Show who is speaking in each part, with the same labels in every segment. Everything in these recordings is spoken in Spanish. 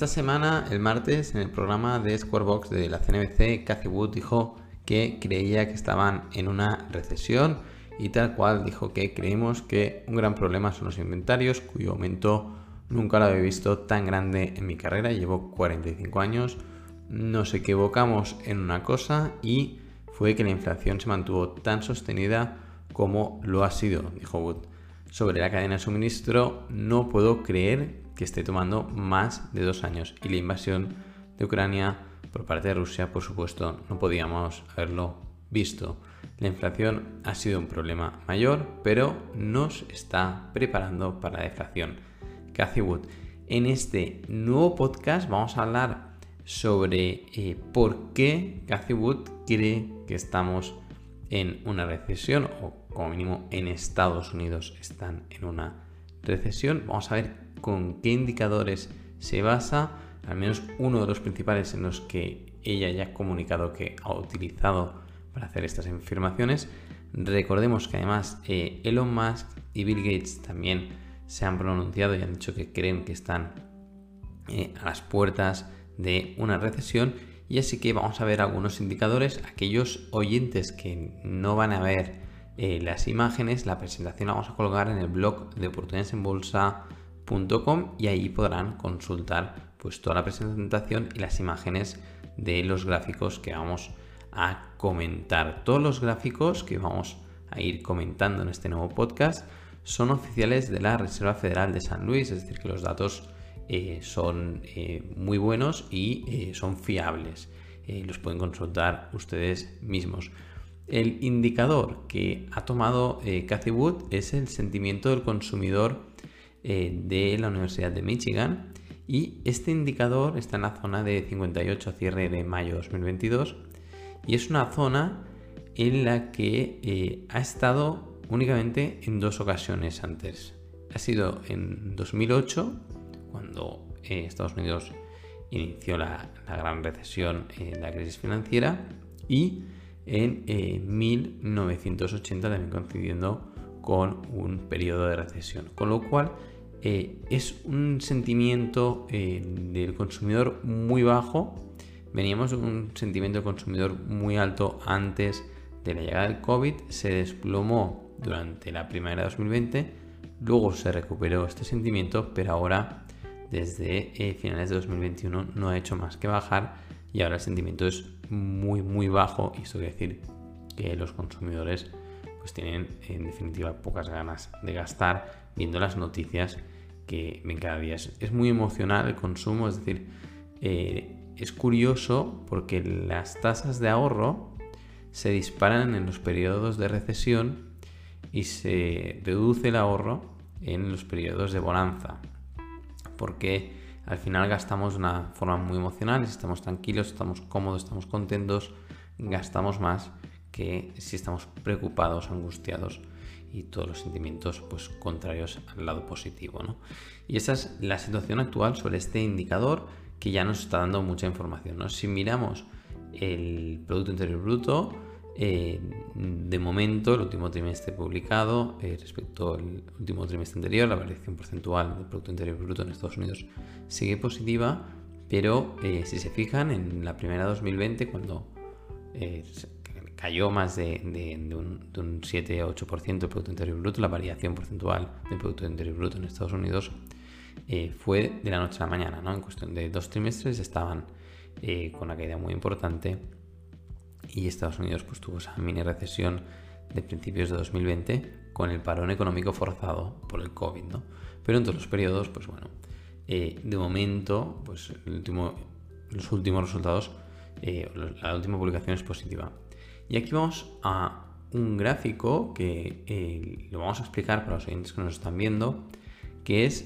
Speaker 1: Esta semana, el martes, en el programa de Squarebox de la CNBC, Cathie Wood dijo que creía que estaban en una recesión y tal cual dijo que creemos que un gran problema son los inventarios, cuyo aumento nunca lo había visto tan grande en mi carrera. Llevo 45 años, nos equivocamos en una cosa y fue que la inflación se mantuvo tan sostenida como lo ha sido, dijo Wood. Sobre la cadena de suministro, no puedo creer que esté tomando más de 2 años y la invasión de Ucrania por parte de Rusia, por supuesto, no podíamos haberlo visto. La inflación ha sido un problema mayor, pero nos está preparando para la deflación. Cathie Wood. En este nuevo podcast vamos a hablar sobre por qué Cathie Wood cree que estamos en una recesión, o como mínimo en Estados Unidos están en una recesión. Vamos a ver con qué indicadores se basa, al menos uno de los principales en los que ella ya ha comunicado que ha utilizado para hacer estas afirmaciones. Recordemos que además Elon Musk y Bill Gates también se han pronunciado y han dicho que creen que están a las puertas de una recesión. Y así que vamos a ver algunos indicadores. Aquellos oyentes que no van a ver las imágenes, la presentación la vamos a colgar en el blog de oportunidadesenbolsa.com y ahí podrán consultar pues toda la presentación y las imágenes de los gráficos que vamos a comentar. Todos los gráficos que vamos a ir comentando en este nuevo podcast son oficiales de la Reserva Federal de San Luis, es decir, que los datos son muy buenos y son fiables. Los pueden consultar ustedes mismos. El indicador que ha tomado Cathie Wood es el sentimiento del consumidor de la Universidad de Michigan, y este indicador está en la zona de 58 a cierre de mayo 2022 y es una zona en la que ha estado únicamente en 2 ocasiones antes. Ha sido en 2008, cuando Estados Unidos inició la gran recesión, la crisis financiera, y en 1980 también coincidiendo con un periodo de recesión. Con lo cual es un sentimiento del consumidor muy bajo. Veníamos de un sentimiento del consumidor muy alto antes de la llegada del COVID, se desplomó durante la primavera de 2020, luego se recuperó este sentimiento, pero ahora desde finales de 2021 no ha hecho más que bajar y ahora el sentimiento es muy bajo, y esto quiere decir que los consumidores pues tienen en definitiva pocas ganas de gastar, viendo las noticias que ven cada día. Es muy emocional el consumo, es decir, es curioso porque las tasas de ahorro se disparan en los periodos de recesión y se reduce el ahorro en los periodos de bonanza, porque al final gastamos de una forma muy emocional. Si estamos tranquilos, estamos cómodos, estamos contentos, gastamos más que si estamos preocupados, angustiados y todos los sentimientos pues contrarios al lado positivo, ¿no? Y esa es la situación actual sobre este indicador, que ya nos está dando mucha información, ¿no? Si miramos el Producto Interior Bruto, de momento el último trimestre publicado respecto al último trimestre anterior, la variación porcentual del Producto Interior Bruto en Estados Unidos sigue positiva, pero si se fijan en la primera 2020, cuando cayó más de un 7 o 8% del Producto Interior Bruto, la variación porcentual del Producto Interior Bruto en Estados Unidos fue de la noche a la mañana, ¿no? En cuestión de 2 trimestres estaban con una caída muy importante, y Estados Unidos pues tuvo esa mini recesión de principios de 2020 con el parón económico forzado por el COVID, ¿no? Pero en todos los periodos, pues bueno, de momento, pues los últimos resultados, la última publicación es positiva. Y aquí vamos a un gráfico que lo vamos a explicar para los oyentes que nos están viendo, que es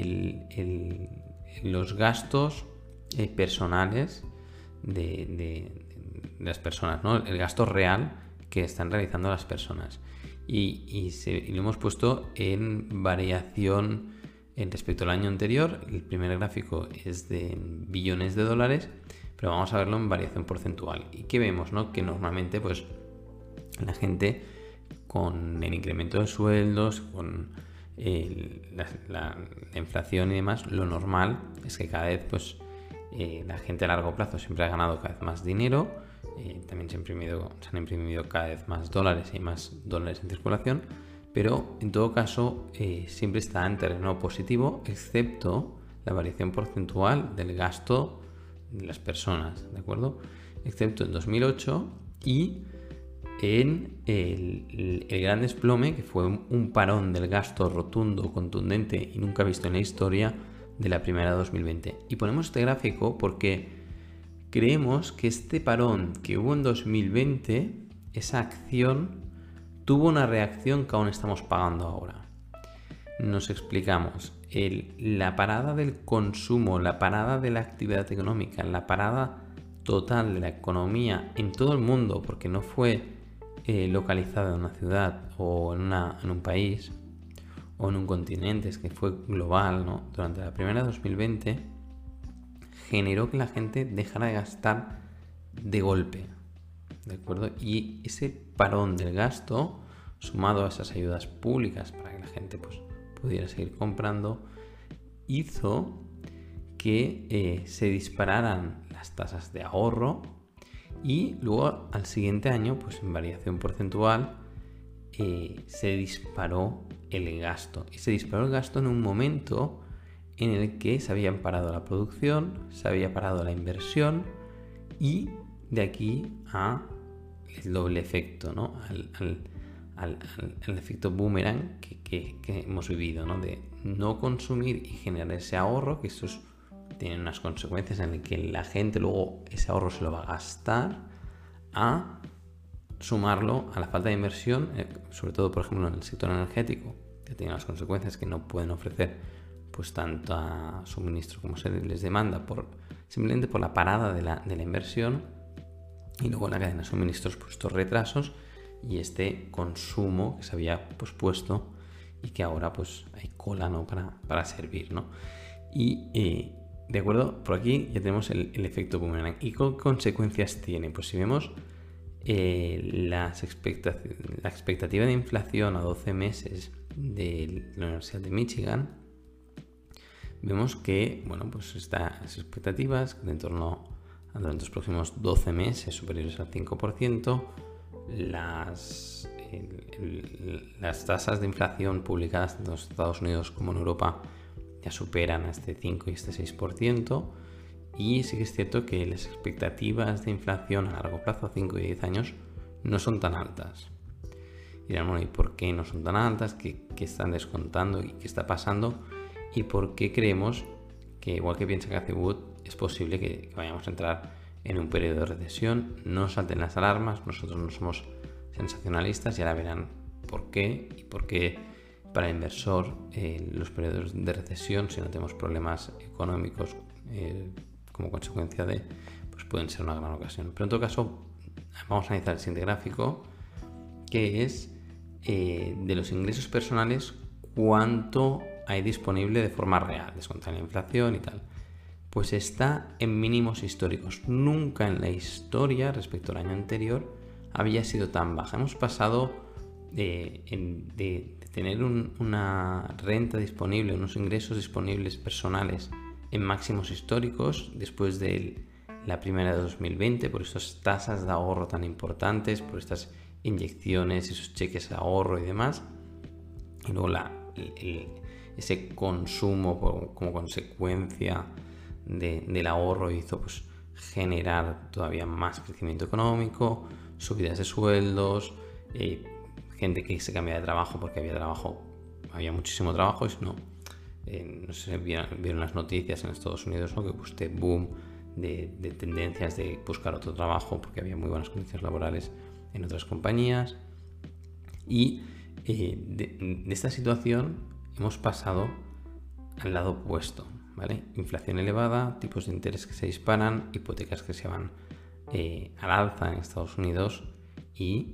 Speaker 1: los gastos personales de las personas, ¿no? El gasto real que están realizando las personas. Y lo hemos puesto en variación respecto al año anterior. El primer gráfico es de billones de dólares, pero vamos a verlo en variación porcentual. ¿Y qué vemos, no? Que normalmente pues la gente con el incremento de sueldos, con la inflación y demás, lo normal es que cada vez pues la gente a largo plazo siempre ha ganado cada vez más dinero, también se han imprimido cada vez más dólares y hay más dólares en circulación, pero en todo caso siempre está en terreno positivo, excepto la variación porcentual del gasto de las personas, ¿de acuerdo? Excepto en 2008 y en el gran desplome, que fue un parón del gasto rotundo, contundente y nunca visto en la historia de la primera 2020. Y ponemos este gráfico porque creemos que este parón que hubo en 2020, esa acción, tuvo una reacción que aún estamos pagando ahora. Nos explicamos. La parada del consumo, la parada de la actividad económica, la parada total de la economía en todo el mundo, porque no fue localizada en una ciudad o en un país o en un continente, es que fue global, ¿no? Durante la primera 2020 generó que la gente dejara de gastar de golpe, ¿de acuerdo? Y ese parón del gasto, sumado a esas ayudas públicas para que la gente pues pudiera seguir comprando, hizo que se dispararan las tasas de ahorro y luego al siguiente año, pues en variación porcentual, se disparó el gasto. Y se disparó el gasto en un momento en el que se había parado la producción, se había parado la inversión y de aquí a el doble efecto, ¿no? Al efecto boomerang que hemos vivido, ¿no? De no consumir y generar ese ahorro, que eso tiene unas consecuencias en las que la gente luego ese ahorro se lo va a gastar, a sumarlo a la falta de inversión, sobre todo por ejemplo en el sector energético, que tiene las consecuencias que no pueden ofrecer pues tanta suministro como se les demanda simplemente por la parada de la inversión, y luego en la cadena de suministros pues estos retrasos y este consumo que se había pospuesto y que ahora pues hay cola, ¿no? para servir, ¿no? Y de acuerdo, por aquí ya tenemos el efecto boomerang. ¿Y qué consecuencias tiene? Pues si vemos la expectativa de inflación a 12 meses de la Universidad de Michigan, vemos que, bueno, pues estas expectativas de en torno a durante los próximos 12 meses superiores al 5%, las tasas de inflación publicadas tanto en los Estados Unidos como en Europa ya superan a este 5 y este 6%, y sí que es cierto que las expectativas de inflación a largo plazo, a 5 y 10 años, no son tan altas. Y dirán, bueno, ¿y por qué no son tan altas? ¿Qué están descontando y qué está pasando? ¿Y por qué creemos que, igual que piensa Cathie Wood, es posible que vayamos a entrar en un periodo de recesión? No salten las alarmas, nosotros no somos sensacionalistas y ahora verán por qué, y por qué para el inversor los periodos de recesión, si no tenemos problemas económicos como consecuencia pues pueden ser una gran ocasión. Pero en todo caso, vamos a analizar el siguiente gráfico, que es de los ingresos personales, cuánto hay disponible de forma real, descontar la inflación y tal. Pues está en mínimos históricos. Nunca en la historia, respecto al año anterior, había sido tan baja. Hemos pasado de tener una renta disponible, unos ingresos disponibles personales en máximos históricos después de la primera de 2020, por estas tasas de ahorro tan importantes, por estas inyecciones, esos cheques de ahorro y demás, y luego ese consumo como consecuencia del ahorro hizo pues generar todavía más crecimiento económico, subidas de sueldos, gente que se cambia de trabajo porque había muchísimo trabajo, y no sé si vieron las noticias en Estados Unidos, ¿no? Que pues este boom de tendencias de buscar otro trabajo porque había muy buenas condiciones laborales en otras compañías. Y de esta situación hemos pasado al lado opuesto, ¿vale? Inflación elevada, tipos de interés que se disparan, hipotecas que se van al alza en Estados Unidos, y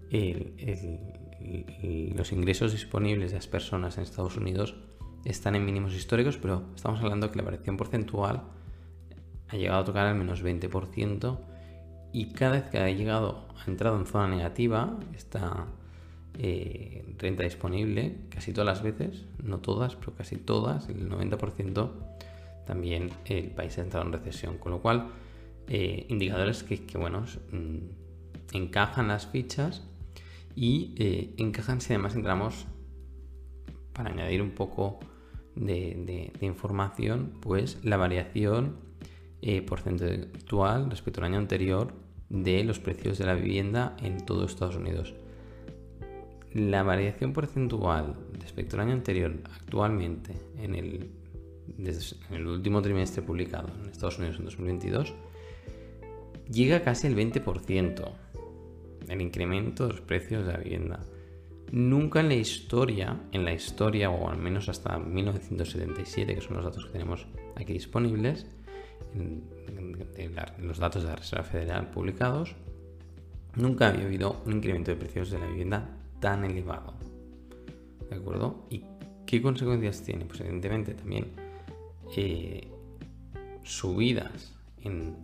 Speaker 1: los ingresos disponibles de las personas en Estados Unidos están en mínimos históricos, pero estamos hablando que la variación porcentual ha llegado a tocar al menos 20%, y cada vez que ha entrado en zona negativa renta disponible, casi todas las veces, no todas, pero casi todas, el 90%, también el país ha entrado en recesión, con lo cual indicadores que bueno, encajan las fichas y encajan si además entramos, para añadir un poco de información, pues la variación porcentual respecto al año anterior de los precios de la vivienda en todo Estados Unidos. La variación porcentual respecto al año anterior actualmente desde el último trimestre publicado en Estados Unidos en 2022 llega casi al 20%, el incremento de los precios de la vivienda. Nunca en la historia, o al menos hasta 1977, que son los datos que tenemos aquí disponibles, los datos de la Reserva Federal publicados, nunca había habido un incremento de precios de la vivienda tan elevado. ¿De acuerdo? ¿Y qué consecuencias tiene? Pues evidentemente también subidas en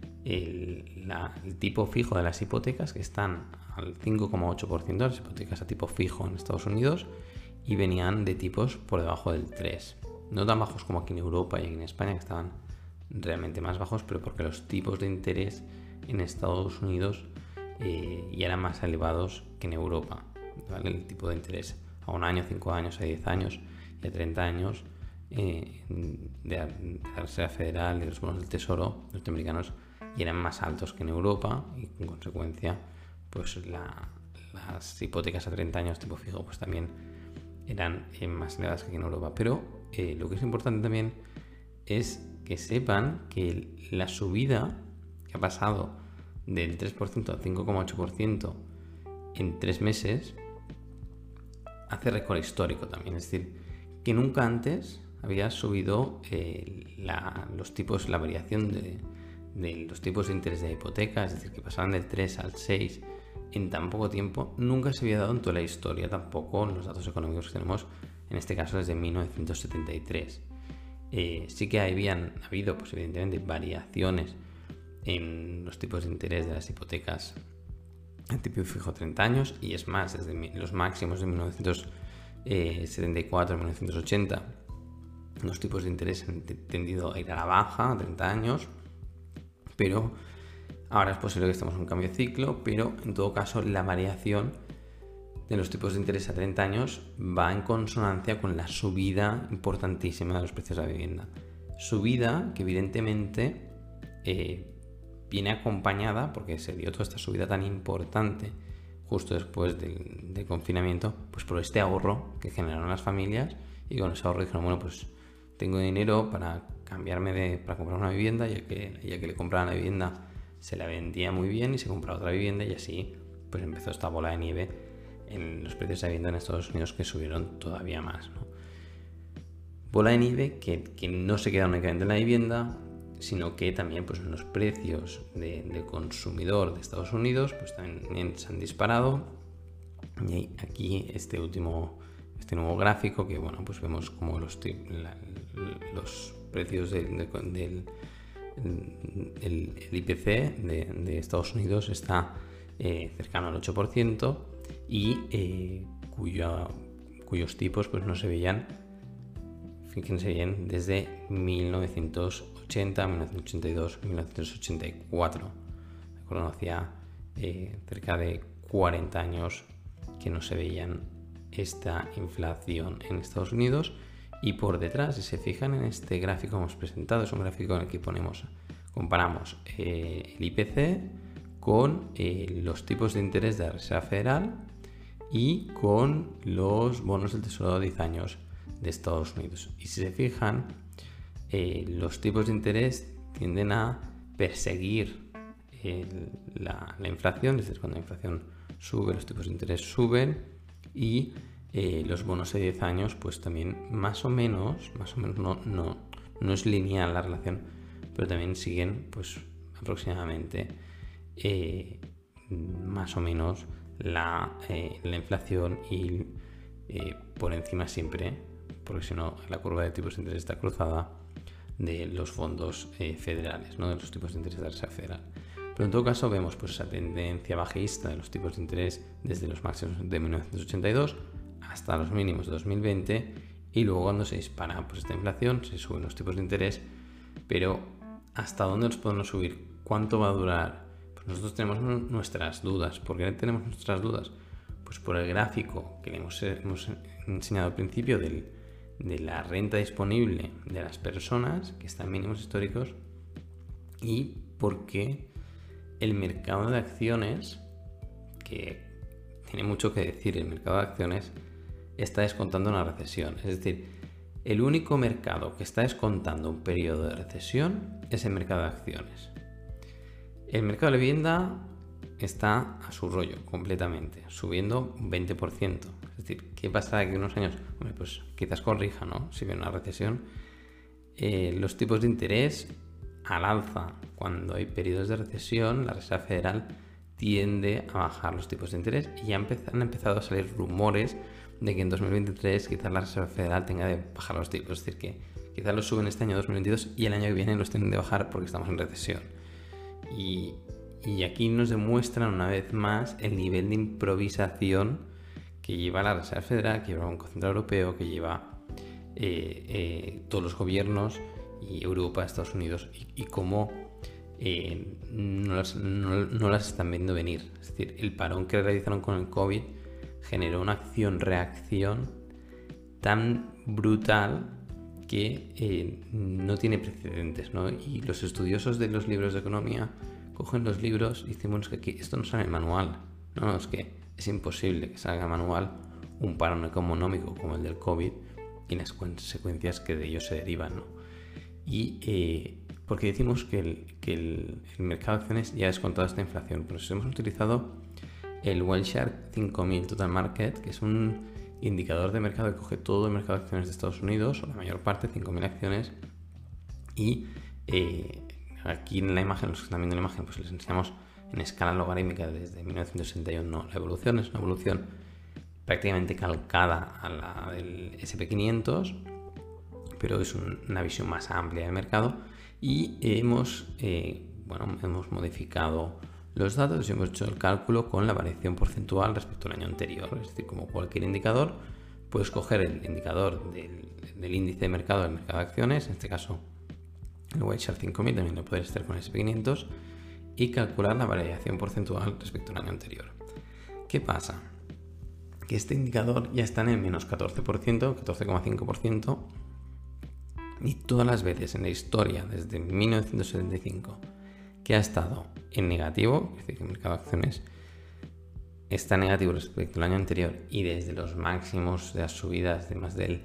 Speaker 1: el tipo fijo de las hipotecas, que están al 5,8% de las hipotecas a tipo fijo en Estados Unidos, y venían de tipos por debajo del 3%. No tan bajos como aquí en Europa y aquí en España, que estaban realmente más bajos, pero porque los tipos de interés en Estados Unidos ya eran más elevados que en Europa, ¿vale? El tipo de interés a 1 año, 5 años, a 10 años y a 30 años de la Reserva Federal y los bonos del Tesoro norteamericanos y eran más altos que en Europa, y en consecuencia pues las hipotecas a 30 años tipo fijo pues también eran más elevadas que aquí en Europa. Pero lo que es importante también es que sepan que la subida que ha pasado del 3% al 5,8% en 3 meses hace récord histórico también. Es decir, que nunca antes había subido la variación de los tipos de interés de hipoteca, es decir, que pasaban del 3 al 6 en tan poco tiempo. Nunca se había dado en toda la historia, tampoco en los datos económicos que tenemos, en este caso desde 1973. Sí que habían habido, pues evidentemente, variaciones en los tipos de interés de las hipotecas a tipo fijo 30 años, y es más, desde los máximos de 1974 a 1980 los tipos de interés han tendido a ir a la baja a 30 años, pero ahora es posible que estemos en un cambio de ciclo. Pero en todo caso la variación de los tipos de interés a 30 años va en consonancia con la subida importantísima de los precios de la vivienda. Subida que evidentemente viene acompañada, porque se dio toda esta subida tan importante justo después del confinamiento, pues por este ahorro que generaron las familias, y con ese ahorro dijeron, bueno, pues tengo dinero para para comprar una vivienda, ya que le compraban la vivienda se la vendía muy bien y se compraba otra vivienda, y así pues empezó esta bola de nieve en los precios de la vivienda en Estados Unidos, que subieron todavía más, ¿no? Bola de nieve que no se queda únicamente en la vivienda, sino que también pues en los precios de consumidor de Estados Unidos pues también se han disparado. Y aquí este nuevo gráfico, que bueno, pues vemos como los precios del IPC de Estados Unidos está cercano al 8%, y cuyos tipos pues no se veían, fíjense bien, desde 1980, 1982, 1984. ¿De acuerdo? Hacía cerca de 40 años que no se veían esta inflación en Estados Unidos. Y por detrás, si se fijan en este gráfico que hemos presentado, es un gráfico en el que comparamos el IPC con los tipos de interés de la Reserva Federal y con los bonos del Tesoro de 10 años de Estados Unidos. Y si se fijan, los tipos de interés tienden a perseguir la inflación, es decir, cuando la inflación sube, los tipos de interés suben, y los bonos de 10 años pues también más o menos no es lineal la relación, pero también siguen pues aproximadamente más o menos la inflación, y por encima siempre, porque si no la curva de tipos de interés está cruzada, de los fondos federales, ¿no? De los tipos de interés de la Reserva Federal. Pero en todo caso vemos pues esa tendencia bajista de los tipos de interés desde los máximos de 1982 hasta los mínimos de 2020, y luego cuando se dispara pues esta inflación se suben los tipos de interés. Pero ¿hasta dónde los podemos subir? ¿Cuánto va a durar? Pues nosotros tenemos nuestras dudas. ¿Por qué tenemos nuestras dudas? Pues por el gráfico que le hemos enseñado al principio de la renta disponible de las personas, que está en mínimos históricos, y porque el mercado de acciones, que tiene mucho que decir, el mercado de acciones está descontando una recesión. Es decir, el único mercado que está descontando un periodo de recesión es el mercado de acciones. El mercado de la vivienda está a su rollo completamente, subiendo un 20%. Es decir, ¿qué pasa de aquí a unos años? Hombre, pues quizás corrija, ¿no? Si viene una recesión. Los tipos de interés al alza. Cuando hay periodos de recesión, la Reserva Federal tiende a bajar los tipos de interés, y ya han empezado a salir rumores de que en 2023 quizás la Reserva Federal tenga de bajar los tipos. Es decir, que quizás los suben este año 2022 y el año que viene los tienen de bajar porque estamos en recesión. Y aquí nos demuestran una vez más el nivel de improvisación que lleva la Reserva Federal, que lleva el Banco Central Europeo, que lleva todos los gobiernos, y Europa, Estados Unidos, y cómo no las están viendo venir. Es decir, el parón que realizaron con el COVID generó una acción-reacción tan brutal que no tiene precedentes, ¿no? Y los estudiosos de los libros de economía cogen los libros y dicen, bueno, es que aquí esto no sale en el manual. No, es que es imposible que salga en manual un parón económico como el del COVID y las consecuencias que de ello se derivan, ¿no? Y porque decimos que el mercado de acciones ya ha descontado esta inflación. Pues hemos utilizado el Wilshire 5000 Total Market, que es un indicador de mercado que coge todo el mercado de acciones de Estados Unidos, o la mayor parte, 5.000 acciones. Y aquí en la imagen, los que están viendo la imagen, pues les enseñamos en escala logarítmica desde 1961 la evolución. Es una evolución prácticamente calcada a la del SP500, pero es una visión más amplia del mercado. Y hemos modificado los datos y hemos hecho el cálculo con la variación porcentual respecto al año anterior. Es decir, como cualquier indicador, puedes coger el indicador del índice de mercado del mercado de acciones, en este caso el Wilshire 5000, también lo puedes hacer con el SP500, y calcular la variación porcentual respecto al año anterior. ¿Qué pasa? Que este indicador ya está en el menos 14%, 14,5%, y todas las veces en la historia, desde 1975, que ha estado en negativo, es decir, que el mercado de acciones está negativo respecto al año anterior, y desde los máximos de las subidas de más del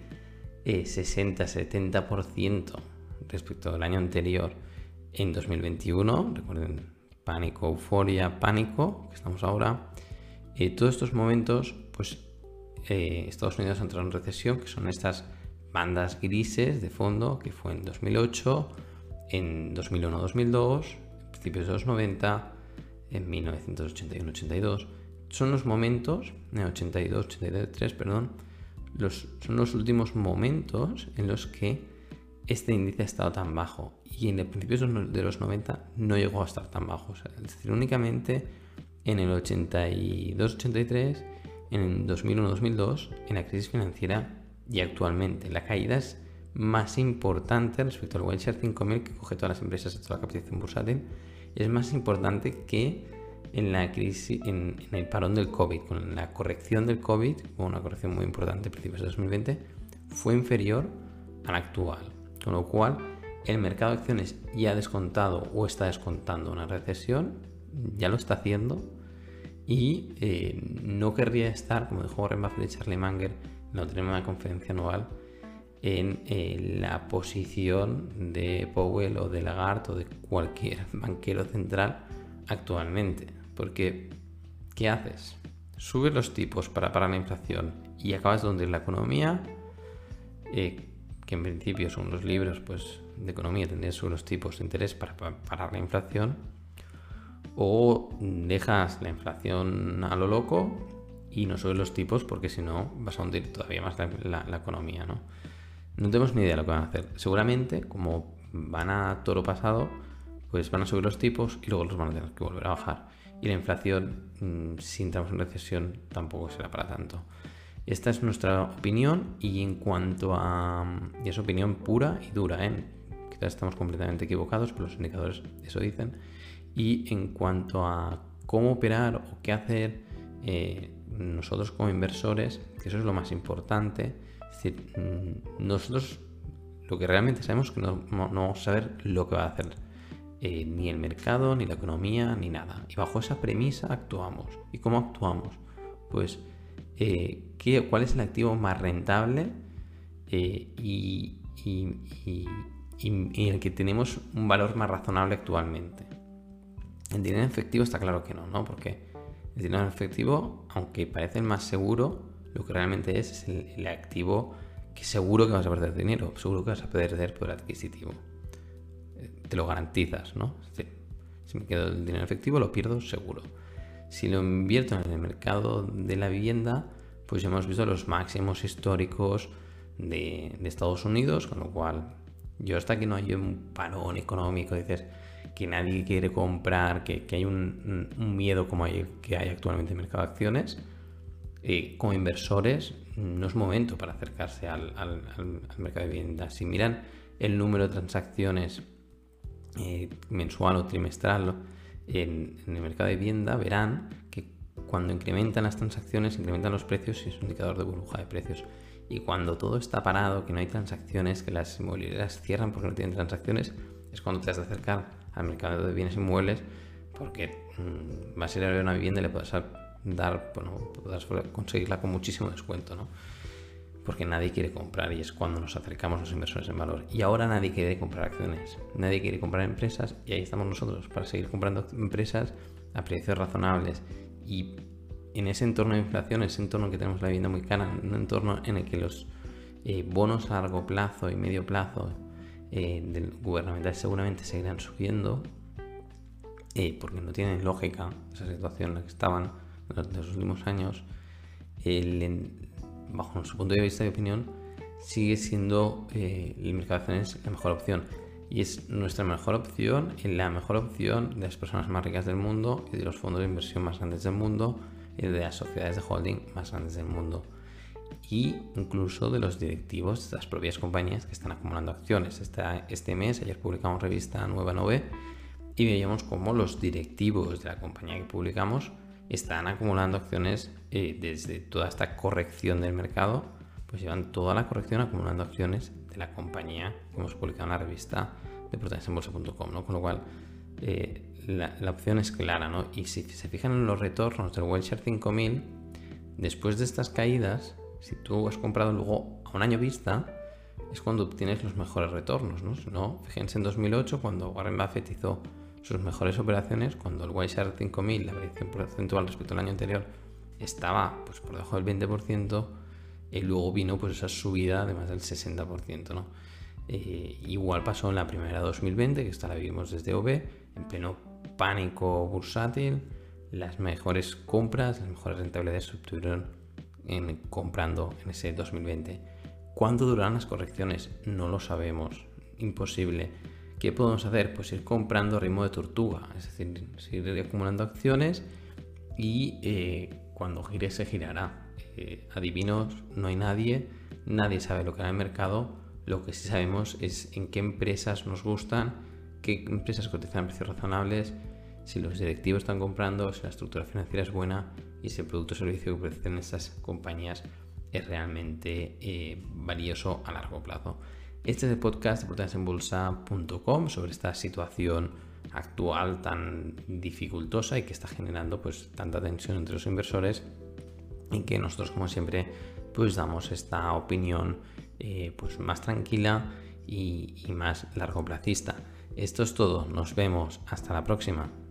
Speaker 1: 60-70% respecto al año anterior en 2021, recuerden, pánico, euforia, pánico, que estamos ahora, todos estos momentos, pues Estados Unidos ha entrado en recesión, que son estas bandas grises de fondo, que fue en 2008, en 2001-2002, principios de los 90, en 1981-82. Son los momentos, 82-83, perdón, son los últimos momentos en los que este índice ha estado tan bajo, y en el principios de los 90 no llegó a estar tan bajo. O sea, es decir, únicamente en el 82-83, en el 2001-2002, en la crisis financiera, y actualmente la caída es más importante respecto al Wilshire 5000, que coge todas las empresas y toda la capitalización bursátil, y es más importante que en la crisis, en el parón del COVID. Con la corrección del COVID, una corrección muy importante a principios de 2020, fue inferior a la actual, con lo cual el mercado de acciones ya ha descontado o está descontando una recesión, ya lo está haciendo, y no querría estar, como dijo Warren Buffett y Charlie Munger en la última conferencia anual, en la posición de Powell o de Lagarde o de cualquier banquero central actualmente. Porque, ¿qué haces? Subes los tipos para parar la inflación y acabas de hundir la economía, que en principio, según los libros pues, de economía, tendrías que subir los tipos de interés para parar la inflación, o dejas la inflación a lo loco y no subes los tipos, porque si no vas a hundir todavía más la economía, ¿no? No tenemos ni idea de lo que van a hacer. Seguramente, como van a toro pasado, pues van a subir los tipos y luego los van a tener que volver a bajar. Y la inflación, si entramos en recesión, tampoco será para tanto. Esta es nuestra opinión, y en cuanto a... y es opinión pura y dura, quizás estamos completamente equivocados, pero los indicadores eso dicen. Y en cuanto a cómo operar o qué hacer, nosotros como inversores, que eso es lo más importante, es decir, nosotros lo que realmente sabemos es que no vamos a saber lo que va a hacer ni el mercado, ni la economía, ni nada. Y bajo esa premisa actuamos. ¿Y cómo actuamos? Pues cuál es el activo más rentable y el que tenemos un valor más razonable actualmente. El dinero en efectivo está claro que no, porque el dinero en efectivo, aunque parece el más seguro, lo que realmente es el activo que seguro que vas a perder dinero, seguro que vas a perder poder adquisitivo. Te lo garantizas, ¿no? Es decir, si me quedo el dinero en efectivo, lo pierdo seguro. Si lo invierto en el mercado de la vivienda, pues ya hemos visto los máximos históricos de Estados Unidos, con lo cual yo hasta que no hay un parón económico, dices que nadie quiere comprar, que hay un miedo como el que hay actualmente en el mercado de acciones, como inversores no es momento para acercarse al mercado de vivienda. Si miran el número de transacciones mensual o trimestral en el mercado de vivienda, verán que cuando incrementan las transacciones, incrementan los precios, y es un indicador de burbuja de precios. Y cuando todo está parado, que no hay transacciones, que las inmobiliarias cierran porque no tienen transacciones, es cuando te has de acercar al mercado de bienes inmuebles, porque vas a ir a ver una vivienda y le puedes conseguirla con muchísimo descuento, ¿no? Porque nadie quiere comprar, y es cuando nos acercamos los inversores en valor. Y ahora nadie quiere comprar acciones, nadie quiere comprar empresas, y ahí estamos nosotros para seguir comprando empresas a precios razonables. Y en ese entorno de inflación, ese entorno que tenemos la vivienda muy cara, un entorno en el que los bonos a largo plazo y medio plazo del gubernamental seguramente seguirán subiendo, porque no tienen lógica esa situación en la que estaban durante los últimos años. Bajo nuestro punto de vista y opinión, sigue siendo el mercado de acciones la mejor opción, y es nuestra mejor opción, la mejor opción de las personas más ricas del mundo y de los fondos de inversión más grandes del mundo y de las sociedades de holding más grandes del mundo, y incluso de los directivos de las propias compañías que están acumulando acciones. Este mes, ayer publicamos revista Nueva Nove y veíamos cómo los directivos de la compañía que publicamos están acumulando acciones desde toda esta corrección del mercado, pues llevan toda la corrección acumulando acciones de la compañía que hemos publicado en la revista de protagonismobolsa.com, ¿no? Con lo cual la opción es clara, ¿no? Y si se fijan en los retornos del Wilshire 5000, después de estas caídas, si tú has comprado luego a un año vista, es cuando obtienes los mejores retornos, ¿no? Si no, fíjense en 2008, cuando Warren Buffett hizo sus mejores operaciones, cuando el Wilshire 5000, la variación porcentual respecto al año anterior, estaba pues por debajo del 20%, y luego vino pues esa subida de más del 60%, ¿no? Igual pasó en la primera 2020, que esta la vivimos desde OB, en pleno pánico bursátil. Las mejores compras, las mejores rentabilidades se obtuvieron comprando en ese 2020. ¿Cuánto durarán las correcciones? No lo sabemos, imposible. ¿Qué podemos hacer? Pues ir comprando a ritmo de tortuga, es decir, seguir acumulando acciones, y cuando gire se girará. Adivinos no hay nadie sabe lo que hará el mercado. Lo que sí sabemos es en qué empresas nos gustan, qué empresas cotizan a precios razonables, si los directivos están comprando, si la estructura financiera es buena y si el producto o servicio que ofrecen estas compañías es realmente valioso a largo plazo. Este es el podcast de protagonismobolsa.com sobre esta situación actual tan dificultosa y que está generando pues tanta tensión entre los inversores, y que nosotros, como siempre, pues damos esta opinión pues más tranquila y más largoplacista. Esto es todo, nos vemos, hasta la próxima.